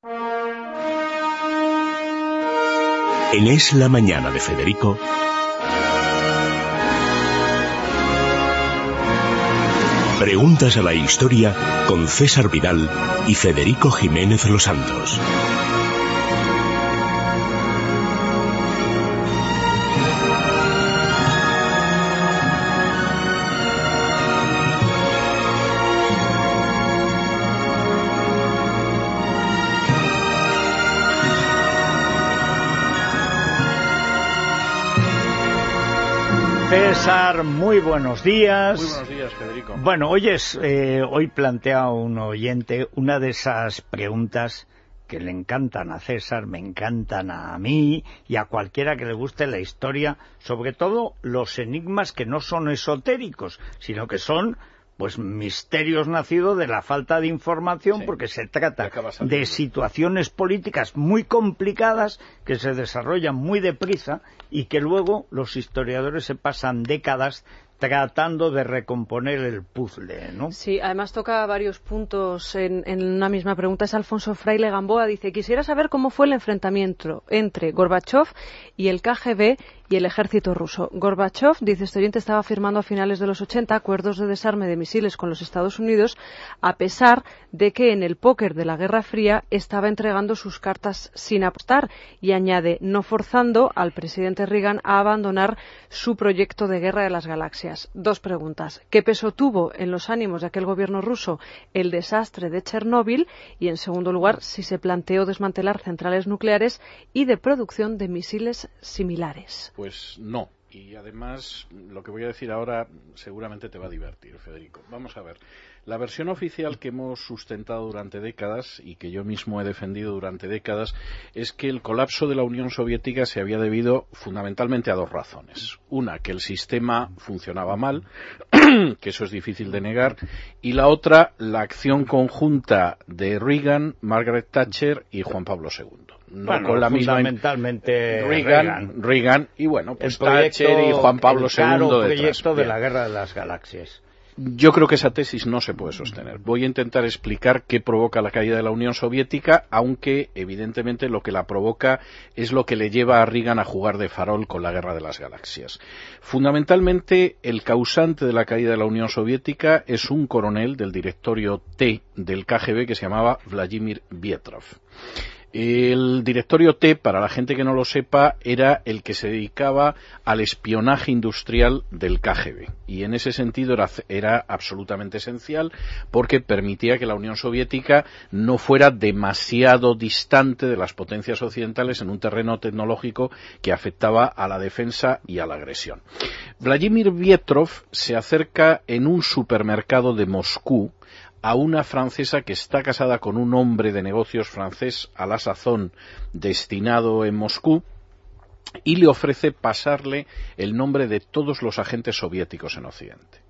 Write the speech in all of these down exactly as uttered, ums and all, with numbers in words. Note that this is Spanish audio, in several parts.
En Es la Mañana de Federico, preguntas a la historia con César Vidal y Federico Jiménez Los Santos. César, muy buenos días. Muy buenos días, Federico. Bueno, oyes, eh, hoy plantea un oyente una de esas preguntas que le encantan a César, me encantan a mí y a cualquiera que le guste la historia, sobre todo los enigmas que no son esotéricos, sino que son pues misterios nacidos de la falta de información, sí, porque se trata de situaciones políticas muy complicadas que se desarrollan muy deprisa y que luego los historiadores se pasan décadas tratando de recomponer el puzzle, ¿no? Sí, además toca varios puntos en, en una misma pregunta. Es Alfonso Fraile Gamboa, dice: quisiera saber cómo fue el enfrentamiento entre Gorbachov y el K G B y el ejército ruso. Gorbachov, dice este oyente, estaba firmando a finales de los ochenta acuerdos de desarme de misiles con los Estados Unidos, a pesar de que en el póker de la Guerra Fría estaba entregando sus cartas sin apostar, y añade, no forzando al presidente Reagan a abandonar su proyecto de guerra de las galaxias. Dos preguntas. ¿Qué peso tuvo en los ánimos de aquel gobierno ruso el desastre de Chernóbil? Y, en segundo lugar, si se planteó desmantelar centrales nucleares y de producción de misiles similares. Pues no. Y además, lo que voy a decir ahora seguramente te va a divertir, Federico. Vamos a ver. La versión oficial que hemos sustentado durante décadas y que yo mismo he defendido durante décadas es que el colapso de la Unión Soviética se había debido fundamentalmente a dos razones. Una, que el sistema funcionaba mal, que eso es difícil de negar, y la otra, la acción conjunta de Reagan, Margaret Thatcher y Juan Pablo segundo. No bueno, con la fundamentalmente misma Reagan, Reagan, Reagan y bueno, pues el proyecto, Thatcher y Juan Pablo segundo el detrás. proyecto de la Guerra de las Galaxias. Yo creo que esa tesis no se puede sostener. Voy a intentar explicar qué provoca la caída de la Unión Soviética, aunque evidentemente lo que la provoca es lo que le lleva a Reagan a jugar de farol con la Guerra de las Galaxias. Fundamentalmente, el causante de la caída de la Unión Soviética es un coronel del directorio T del K G B que se llamaba Vladimir Vietrov. El directorio T, para la gente que no lo sepa, era el que se dedicaba al espionaje industrial del K G B. Y en ese sentido era, era absolutamente esencial porque permitía que la Unión Soviética no fuera demasiado distante de las potencias occidentales en un terreno tecnológico que afectaba a la defensa y a la agresión. Vladimir Vietrov se acerca en un supermercado de Moscú a una francesa que está casada con un hombre de negocios francés a la sazón destinado en Moscú y le ofrece pasarle el nombre de todos los agentes soviéticos en Occidente.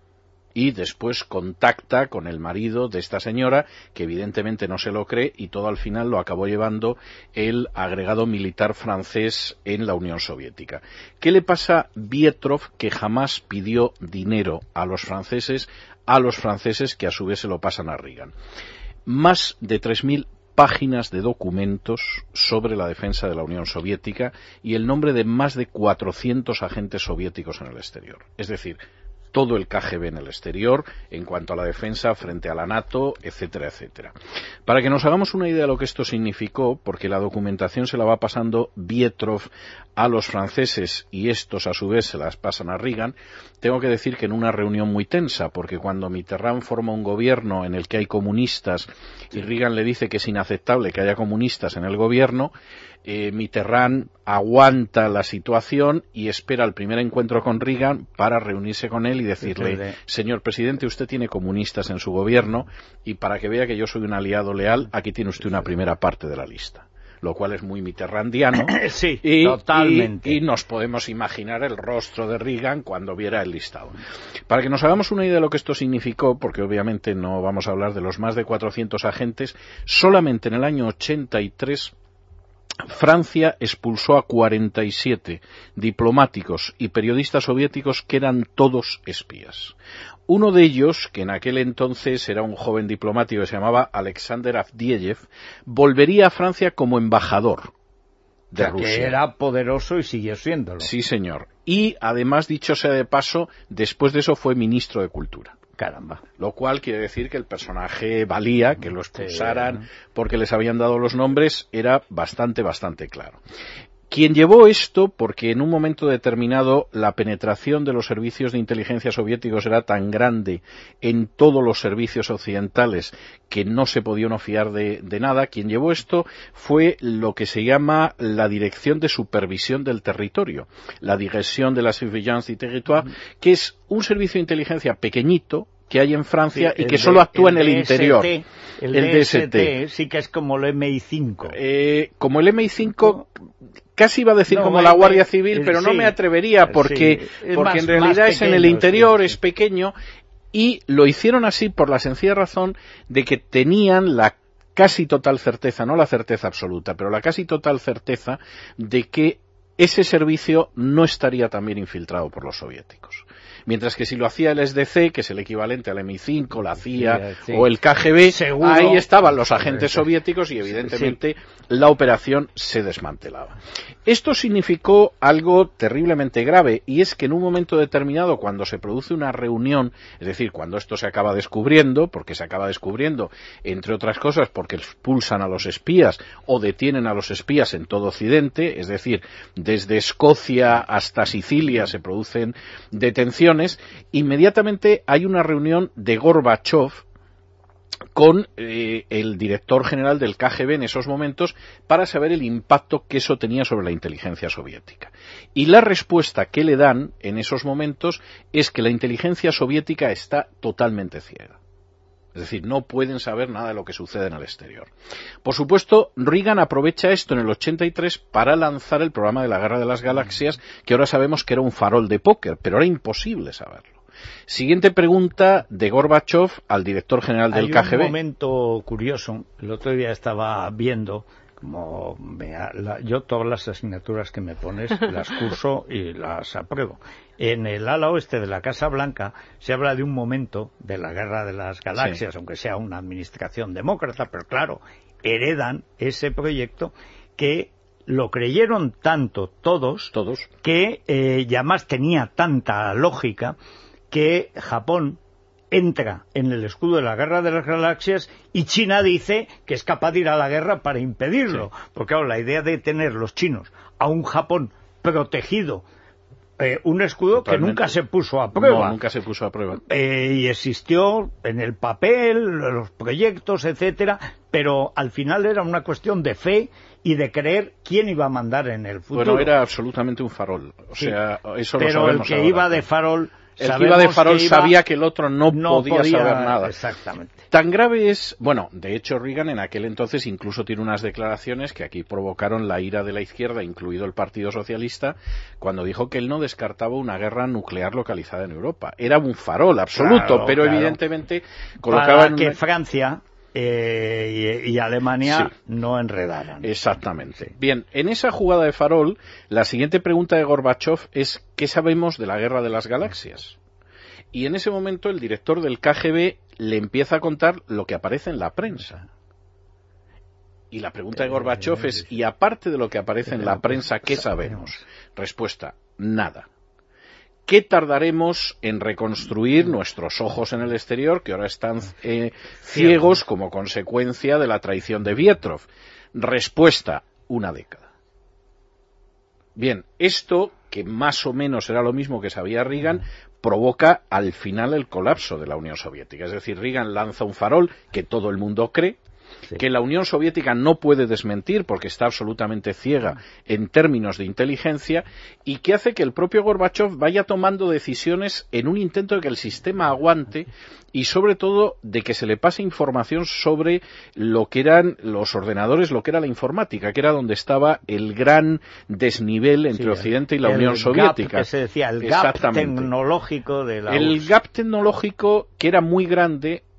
Y después contacta con el marido de esta señora, que evidentemente no se lo cree, y todo al final lo acabó llevando el agregado militar francés en la Unión Soviética. ¿Qué le pasa a Vietrov, que jamás pidió dinero a los franceses, a los franceses que a su vez se lo pasan a Reagan? Más de tres mil páginas de documentos sobre la defensa de la Unión Soviética y el nombre de más de cuatrocientos agentes soviéticos en el exterior. Es decir, todo el K G B en el exterior en cuanto a la defensa frente a la NATO, etcétera, etcétera. Para que nos hagamos una idea de lo que esto significó, porque la documentación se la va pasando Vietrov a los franceses y estos a su vez se las pasan a Reagan, tengo que decir que en una reunión muy tensa, porque cuando Mitterrand forma un gobierno en el que hay comunistas y Reagan le dice que es inaceptable que haya comunistas en el gobierno, Eh, Mitterrand aguanta la situación y espera el primer encuentro con Reagan para reunirse con él y decirle: señor presidente, usted tiene comunistas en su gobierno y para que vea que yo soy un aliado leal, aquí tiene usted una primera parte de la lista. Lo cual es muy mitterrandiano. Sí, y, totalmente. Y, y nos podemos imaginar el rostro de Reagan cuando viera el listado. Para que nos hagamos una idea de lo que esto significó, porque obviamente no vamos a hablar de los más de cuatrocientos agentes, solamente en el año ochenta y tres Francia expulsó a cuarenta y siete diplomáticos y periodistas soviéticos que eran todos espías. Uno de ellos, que en aquel entonces era un joven diplomático que se llamaba Alexander Avdieyev, volvería a Francia como embajador de o sea, Rusia. Que era poderoso y siguió siéndolo. Sí, señor. Y además, dicho sea de paso, después de eso fue ministro de Cultura. Caramba. Lo cual quiere decir que el personaje valía, que lo expulsaran Sí. porque les habían dado los nombres, era bastante, bastante claro. Quien llevó esto, porque en un momento determinado la penetración de los servicios de inteligencia soviéticos era tan grande en todos los servicios occidentales que no se podía uno fiar de, de nada, quien llevó esto fue lo que se llama la Dirección de Supervisión del Territorio, la Direction de la Surveillance du Territoire, que es un servicio de inteligencia pequeñito que hay en Francia sí, y que solo de, actúa el en el D S T, interior. El, el D S T, D S T sí que es como el M I cinco. Eh, como el M I cinco, casi iba a decir no, como el, la Guardia Civil, el, pero no sí, me atrevería porque, sí, porque más, en realidad es pequeño, en el interior, sí, es sí. pequeño, y lo hicieron así por la sencilla razón de que tenían la casi total certeza, no la certeza absoluta, pero la casi total certeza de que ese servicio no estaría también infiltrado por los soviéticos. Mientras que si lo hacía el S D C, que es el equivalente al M I cinco, la C I A sí, sí. o el K G B, seguro, ahí estaban los agentes soviéticos y evidentemente sí. la operación se desmantelaba. Esto significó algo terriblemente grave, y es que en un momento determinado, cuando se produce una reunión, es decir, cuando esto se acaba descubriendo, porque se acaba descubriendo, entre otras cosas, porque expulsan a los espías o detienen a los espías en todo Occidente, es decir, desde Escocia hasta Sicilia se producen detenciones, inmediatamente hay una reunión de Gorbachev con eh, el director general del K G B en esos momentos para saber el impacto que eso tenía sobre la inteligencia soviética. Y la respuesta que le dan en esos momentos es que la inteligencia soviética está totalmente ciega. Es decir, no pueden saber nada de lo que sucede en el exterior. Por supuesto, Reagan aprovecha esto en el ochenta y tres para lanzar el programa de la Guerra de las Galaxias, que ahora sabemos que era un farol de póker, pero era imposible saberlo. Siguiente pregunta de Gorbachev al director general del Hay K G B. Hay un momento curioso. El otro día estaba viendo, como me, la, yo todas las asignaturas que me pones las curso y las apruebo. En el ala oeste de la Casa Blanca se habla de un momento de la Guerra de las Galaxias, sí. aunque sea una administración demócrata, pero claro, heredan ese proyecto que lo creyeron tanto todos, todos. que eh, y además tenía tanta lógica que Japón entra en el escudo de la Guerra de las Galaxias y China dice que es capaz de ir a la guerra para impedirlo. Sí. Porque claro, la idea de tener los chinos a un Japón protegido, eh, un escudo Totalmente. que nunca se puso a prueba. No, nunca se puso a prueba. Eh, y existió en el papel, los proyectos, etcétera, pero al final era una cuestión de fe y de creer quién iba a mandar en el futuro. Bueno, era absolutamente un farol. O sí. sea, eso pero lo sabemos el que ahora. iba de farol... El que iba de farol que iba, sabía que el otro no, no podía, podía saber nada. Exactamente. Tan grave es, bueno, de hecho Reagan en aquel entonces incluso tiene unas declaraciones que aquí provocaron la ira de la izquierda, incluido el Partido Socialista, cuando dijo que él no descartaba una guerra nuclear localizada en Europa. Era un farol absoluto, claro, pero claro. evidentemente colocaba Para en que una... Francia eh, y, y Alemania sí. no enredaran. Exactamente. Sí. Bien, en esa jugada de farol, la siguiente pregunta de Gorbachev es ¿qué sabemos de la Guerra de las Galaxias? Y en ese momento el director del K G B le empieza a contar lo que aparece en la prensa. Y la pregunta de Gorbachev es, y aparte de lo que aparece en la prensa, ¿qué sabemos? Respuesta, nada. ¿Qué tardaremos en reconstruir nuestros ojos en el exterior, que ahora están eh, ciegos como consecuencia de la traición de Vietrov? Respuesta, una década. Bien, esto, que más o menos era lo mismo que sabía Reagan, provoca al final el colapso de la Unión Soviética. Es decir, Reagan lanza un farol que todo el mundo cree, sí. que la Unión Soviética no puede desmentir porque está absolutamente ciega en términos de inteligencia y que hace que el propio Gorbachev vaya tomando decisiones en un intento de que el sistema aguante y sobre todo de que se le pase información sobre lo que eran los ordenadores, lo que era la informática, que era donde estaba el gran desnivel entre sí, Occidente y la Unión Soviética. Gap, que se decía, el gap tecnológico de la El U R S S. gap tecnológico que era muy grande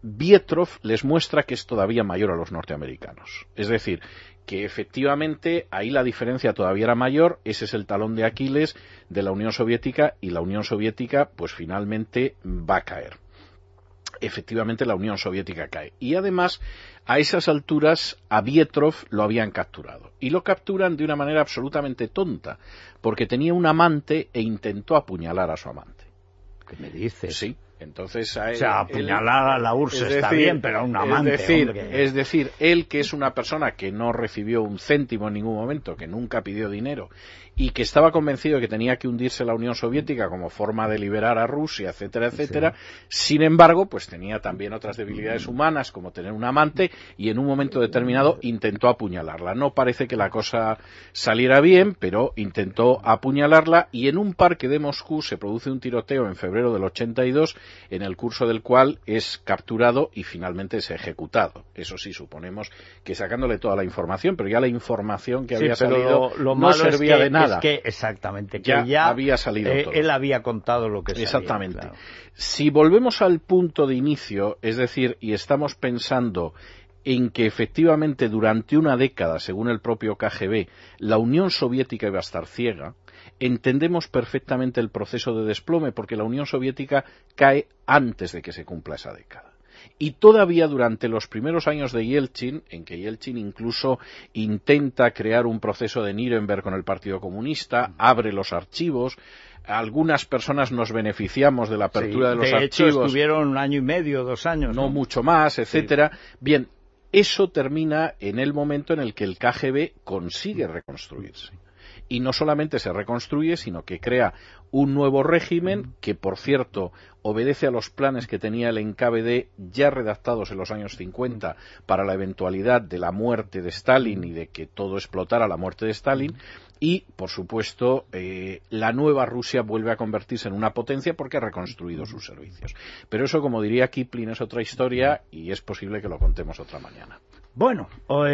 Vietrov les muestra que es todavía mayor a los norteamericanos. Es decir, que efectivamente ahí la diferencia todavía era mayor, ese es el talón de Aquiles de la Unión Soviética, y la Unión Soviética pues finalmente va a caer. Efectivamente la Unión Soviética cae. Y además, a esas alturas, a Vietrov lo habían capturado. Y lo capturan de una manera absolutamente tonta, porque tenía un amante e intentó apuñalar a su amante. ¿Qué me dices? Sí. Entonces, a él, o sea, apuñalar a la U R S S está decir, bien, pero a un amante, es decir, hombre. Es decir, él, que es una persona que no recibió un céntimo en ningún momento, que nunca pidió dinero, y que estaba convencido de que tenía que hundirse la Unión Soviética como forma de liberar a Rusia, etcétera, etcétera, sí. Sin embargo, pues tenía también otras debilidades humanas, como tener un amante, y en un momento determinado intentó apuñalarla. No parece que la cosa saliera bien, pero intentó apuñalarla, y en un parque de Moscú se produce un tiroteo en febrero del ochenta y dos, en el curso del cual es capturado y finalmente es ejecutado. Eso sí, suponemos que sacándole toda la información, pero ya la información que sí, había salido lo, lo no servía es que, de nada. Es que, exactamente, que ya, ya había salido eh, todo. Él había contado lo que sabía. Exactamente. Claro. Si volvemos al punto de inicio, es decir, y estamos pensando en que efectivamente durante una década, según el propio K G B, la Unión Soviética iba a estar ciega, entendemos perfectamente el proceso de desplome, porque la Unión Soviética cae antes de que se cumpla esa década. Y todavía durante los primeros años de Yeltsin, en que Yeltsin incluso intenta crear un proceso de Nuremberg con el Partido Comunista, abre los archivos, algunas personas nos beneficiamos de la apertura sí, de los de archivos. Hecho, estuvieron un año y medio, dos años. No, no mucho más, etcétera. Sí. Bien, eso termina en el momento en el que el K G B consigue reconstruirse. Y no solamente se reconstruye, sino que crea un nuevo régimen que, por cierto, obedece a los planes que tenía el N K V D ya redactados en los años cincuenta para la eventualidad de la muerte de Stalin y de que todo explotara la muerte de Stalin. Y, por supuesto, eh, la nueva Rusia vuelve a convertirse en una potencia porque ha reconstruido sus servicios. Pero eso, como diría Kipling, es otra historia y es posible que lo contemos otra mañana. Bueno,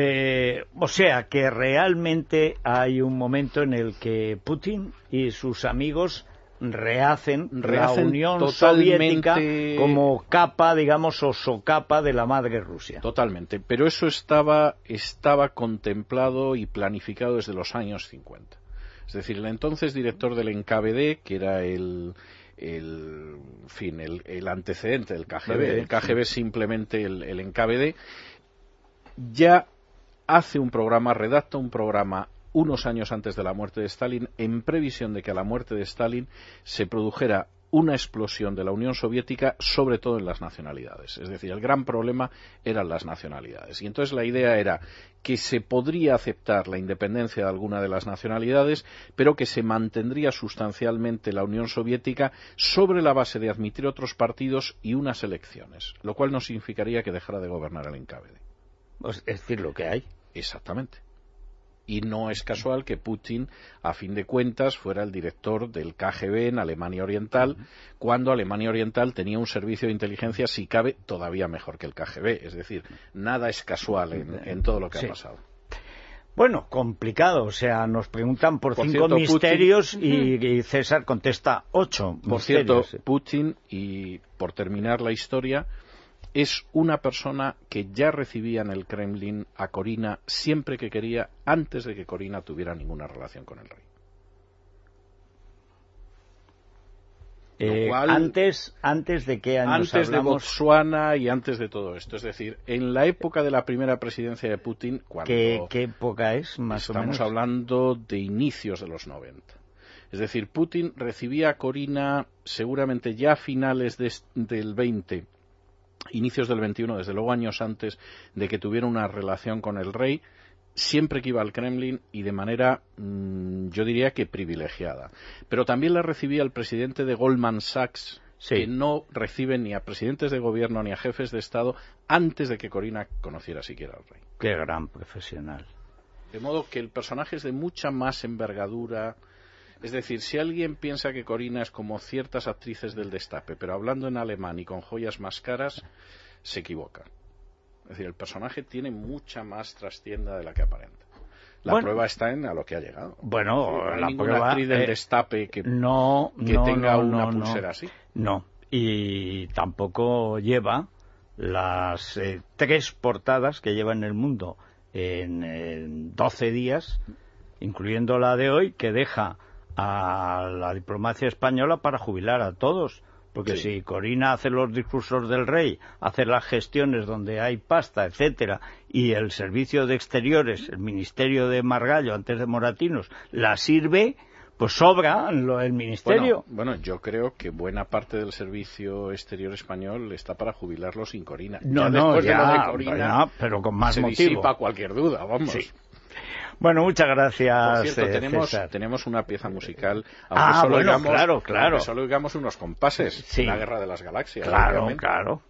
eh, o sea que realmente hay un momento en el que Putin y sus amigos rehacen, rehacen la Unión Soviética como capa, digamos, o socapa de la madre Rusia. Totalmente, pero eso estaba, estaba contemplado y planificado desde los años cincuenta. Es decir, el entonces director del N K V D, que era el... el en fin, el, el antecedente del K G B, el K G B simplemente el, el N K V D, ya hace un programa, redacta un programa unos años antes de la muerte de Stalin, en previsión de que a la muerte de Stalin se produjera una explosión de la Unión Soviética, sobre todo en las nacionalidades. Es decir, el gran problema eran las nacionalidades. Y entonces la idea era que se podría aceptar la independencia de alguna de las nacionalidades, pero que se mantendría sustancialmente la Unión Soviética sobre la base de admitir otros partidos y unas elecciones, lo cual no significaría que dejara de gobernar el N K V D. Es decir, lo que hay. Exactamente. Y no es casual que Putin, a fin de cuentas, fuera el director del K G B en Alemania Oriental, uh-huh. cuando Alemania Oriental tenía un servicio de inteligencia, si cabe, todavía mejor que el K G B. Es decir, nada es casual en, en todo lo que sí. ha pasado. Bueno, complicado. O sea, nos preguntan por, por cinco cierto, misterios Putin, y, y César contesta ocho Por misterios. cierto, Putin, y por terminar la historia, es una persona que ya recibía en el Kremlin a Corina siempre que quería, antes de que Corina tuviera ninguna relación con el rey. Eh, cual, antes, antes de qué años antes hablamos? de Botsuana y antes de todo esto, es decir, en la época de la primera presidencia de Putin, cuando ¿Qué, qué época es más o menos? Estamos hablando de inicios de los noventa. Es decir, Putin recibía a Corina seguramente ya a finales de, del veinte, inicios del veintiuno, desde luego años antes de que tuviera una relación con el rey, siempre que iba al Kremlin y de manera, mmm, yo diría que privilegiada. Pero también la recibía el presidente de Goldman Sachs, sí. que no recibe ni a presidentes de gobierno ni a jefes de Estado antes de que Corina conociera siquiera al rey. Qué gran profesional. De modo que el personaje es de mucha más envergadura. Es decir, si alguien piensa que Corina es como ciertas actrices del Destape, pero hablando en alemán y con joyas más caras, se equivoca. Es decir, el personaje tiene mucha más trastienda de la que aparenta. La bueno, prueba está en a lo que ha llegado. Bueno, no hay la ninguna prueba, actriz del eh, Destape que, no, que no, tenga no, una no, pulsera no. así. No, y tampoco lleva las eh, tres portadas que lleva en el mundo en, en doce días, incluyendo la de hoy, que deja a la diplomacia española para jubilar a todos. Porque sí. Si Corina hace los discursos del rey, hace las gestiones donde hay pasta, etcétera, y el servicio de exteriores, el ministerio de Margallo, antes de Moratinos, la sirve, pues sobra lo, el ministerio. Bueno, bueno, yo creo que buena parte del servicio exterior español está para jubilarlo sin Corina. No, ya no, después ya, de lo de Corina, ya, pero con más se motivo. disipa cualquier duda, vamos. Sí. Bueno, muchas gracias. Por cierto, eh, tenemos, César. tenemos una pieza musical, aunque ah, solo bueno, oigamos, claro, claro. aunque solo oigamos unos compases, sí. La Guerra de las Galaxias. Claro, obviamente. claro.